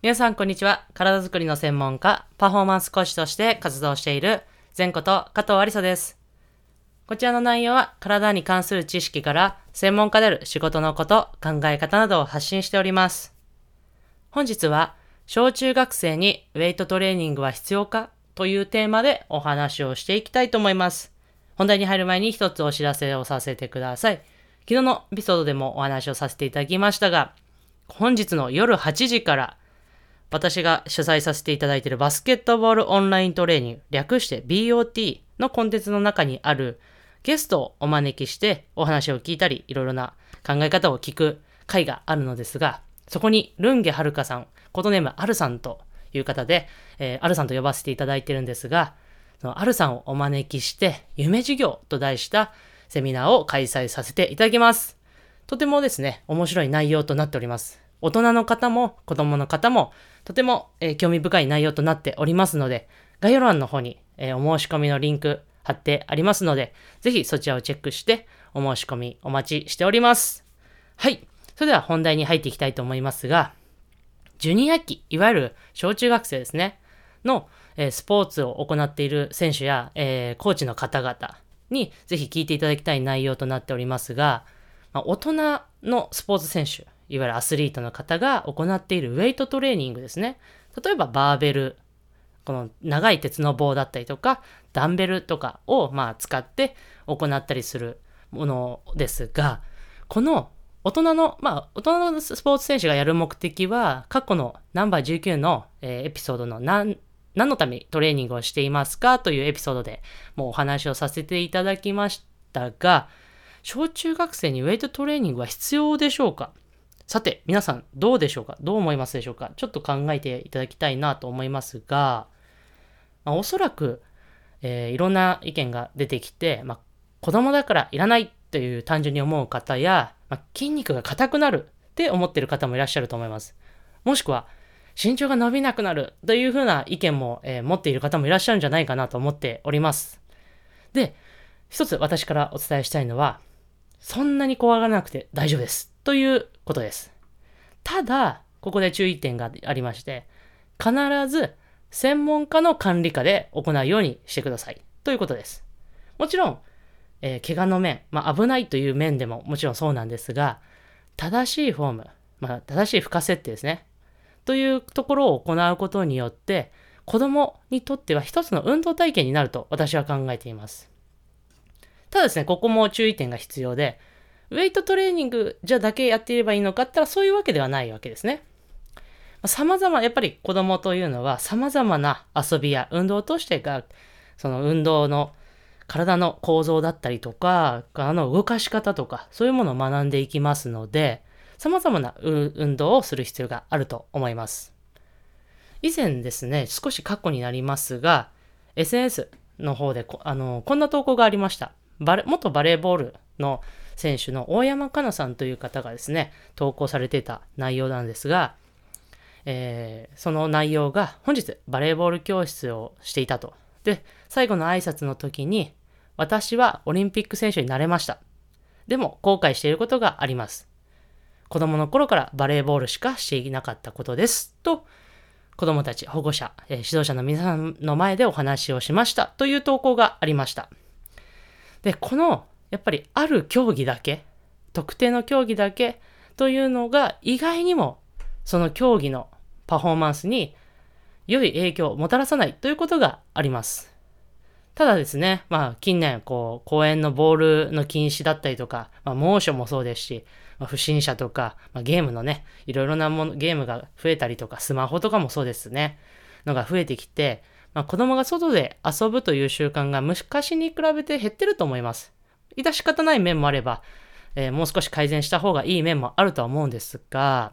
皆さんこんにちは。体づくりの専門家、パフォーマンス講師として活動している前こと加藤ありさです。こちらの内容は体に関する知識から専門家である仕事のこと、考え方などを発信しております。本日は小中学生にウェイトトレーニングは必要かというテーマでお話をしていきたいと思います。本題に入る前に一つお知らせをさせてください。昨日のエピソードでもお話をさせていただきましたが、本日の夜8時から私が主催させていただいているバスケットボールオンライントレーニング、略して BOT のコンテンツの中にあるゲストをお招きしてお話を聞いたり、いろいろな考え方を聞く会があるのですが、そこにルンゲはるかさん、コードネームアルさんという方で、アルさんと呼ばせていただいているんですが、そのアルさんをお招きして夢授業と題したセミナーを開催させていただきます。とてもですね、面白い内容となっております。大人の方も子供の方もとても、興味深い内容となっておりますので、概要欄の方に、お申し込みのリンク貼ってありますので、ぜひそちらをチェックしてお申し込みお待ちしております。はい。それでは本題に入っていきたいと思いますが、ジュニア期、いわゆる小中学生ですね、の、スポーツを行っている選手や、コーチの方々にぜひ聞いていただきたい内容となっておりますが、大人のスポーツ選手、いわゆるアスリートの方が行っているウェイトトレーニングですね。例えばバーベル、この長い鉄の棒だったりとか、ダンベルとかを使って行ったりするものですが、この大人のスポーツ選手がやる目的は、過去のナンバー19の、エピソードの何のためにトレーニングをしていますかというエピソードでもうお話をさせていただきましたが、小中学生にウェイトトレーニングは必要でしょうか？さて、皆さんどうでしょうか？どう思いますでしょうか？ちょっと考えていただきたいなと思いますが、おそらく、いろんな意見が出てきて、子供だからいらないという単純に思う方や、筋肉が硬くなるって思っている方もいらっしゃると思います。もしくは、身長が伸びなくなるというふうな意見も、持っている方もいらっしゃるんじゃないかなと思っております。で、一つ私からお伝えしたいのは、そんなに怖がらなくて大丈夫ですということです。ただ、ここで注意点がありまして、必ず専門家の管理下で行うようにしてくださいということです。もちろん、怪我の面、危ないという面でももちろんそうなんですが、正しいフォーム、正しい負荷設定ですね。というところを行うことによって、子供にとっては一つの運動体験になると私は考えています。ただですね、ここも注意点が必要で、ウェイトトレーニングじゃだけやっていればいいのかって言ったらそういうわけではないわけですね。様々、やっぱり子供というのは様々な遊びや運動を通してその運動の体の構造だったりとか、動かし方とか、そういうものを学んでいきますので、様々な運動をする必要があると思います。以前ですね、少し過去になりますが、SNS の方でこんな投稿がありました。元バレーボールの選手の大山かなさんという方がですね、投稿されていた内容なんですが、その内容が本日バレーボール教室をしていたと。で、最後の挨拶の時に、私はオリンピック選手になれました。でも後悔していることがあります。子供の頃からバレーボールしかしていなかったことです。と、子供たち、保護者、指導者の皆さんの前でお話をしましたという投稿がありました。で、やっぱりある競技だけ、特定の競技だけというのが意外にもその競技のパフォーマンスに良い影響をもたらさないということがあります。ただですね、近年公園のボールの禁止だったりとか、猛暑もそうですし、不審者とか、ゲームのね、いろいろなゲームが増えたりとか、スマホとかもそうですね、のが増えてきて、子供が外で遊ぶという習慣が昔に比べて減ってると思います。致し方ない面もあれば、もう少し改善した方がいい面もあるとは思うんですが、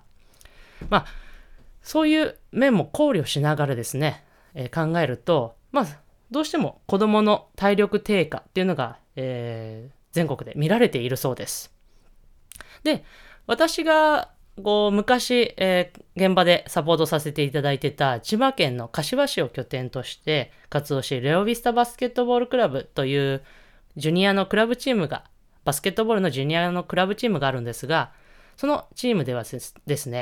そういう面も考慮しながらですね、考えると、どうしても子供の体力低下っていうのが、全国で見られているそうです。で、私が昔、現場でサポートさせていただいてた千葉県の柏市を拠点として活動しているレオビスタバスケットボールクラブというジュニアのクラブチームが、バスケットボールのジュニアのクラブチームがあるんですが、そのチームではですね、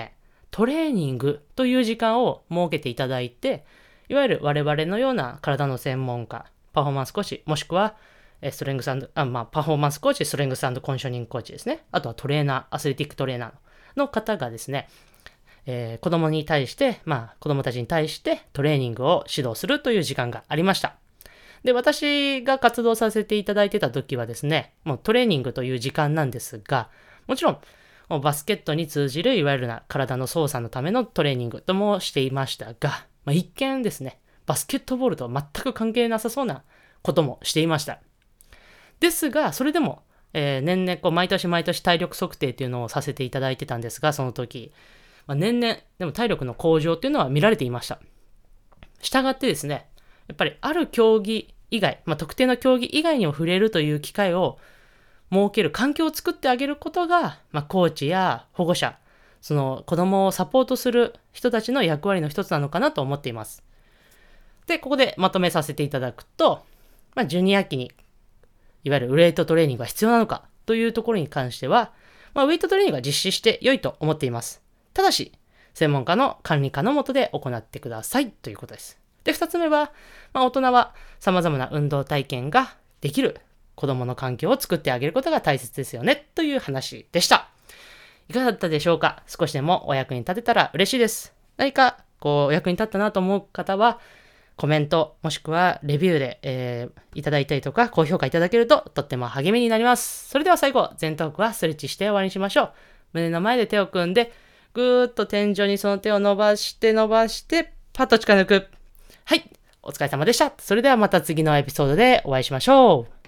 トレーニングという時間を設けていただいて、いわゆる我々のような体の専門家、パフォーマンスコーチ、もしくはパフォーマンスコーチ、ストレングス&コンディショニングコーチですね。あとはトレーナー、アスレティックトレーナーの方がですね、子供に対して、子供たちに対してトレーニングを指導するという時間がありました。で、私が活動させていただいてた時はですね、もうトレーニングという時間なんですが、もちろん、もうバスケットに通じるいわゆるな体の操作のためのトレーニングともしていましたが、一見ですね、バスケットボールとは全く関係なさそうなこともしていました。ですが、それでも、年々毎年毎年体力測定というのをさせていただいてたんですが、その時、年々、でも体力の向上というのは見られていました。したがってですね、やっぱりある競技以外、特定の競技以外にも触れるという機会を設ける環境を作ってあげることが、コーチや保護者、その子供をサポートする人たちの役割の一つなのかなと思っています。で、ここでまとめさせていただくと、ジュニア期にいわゆるウェイトトレーニングが必要なのかというところに関しては、ウェイトトレーニングは実施して良いと思っています。ただし、専門家の管理下の下で行ってくださいということです。で、二つ目は、大人は様々な運動体験ができる子供の環境を作ってあげることが大切ですよねという話でした。いかがだったでしょうか？少しでもお役に立てたら嬉しいです。何かお役に立ったなと思う方は、コメントもしくはレビューで、いただいたりとか高評価いただけるととっても励みになります。それでは最後、前頭部はストレッチして終わりにしましょう。胸の前で手を組んで、ぐーっと天井にその手を伸ばして、パッと力抜く。はい。お疲れ様でした。それではまた次のエピソードでお会いしましょう。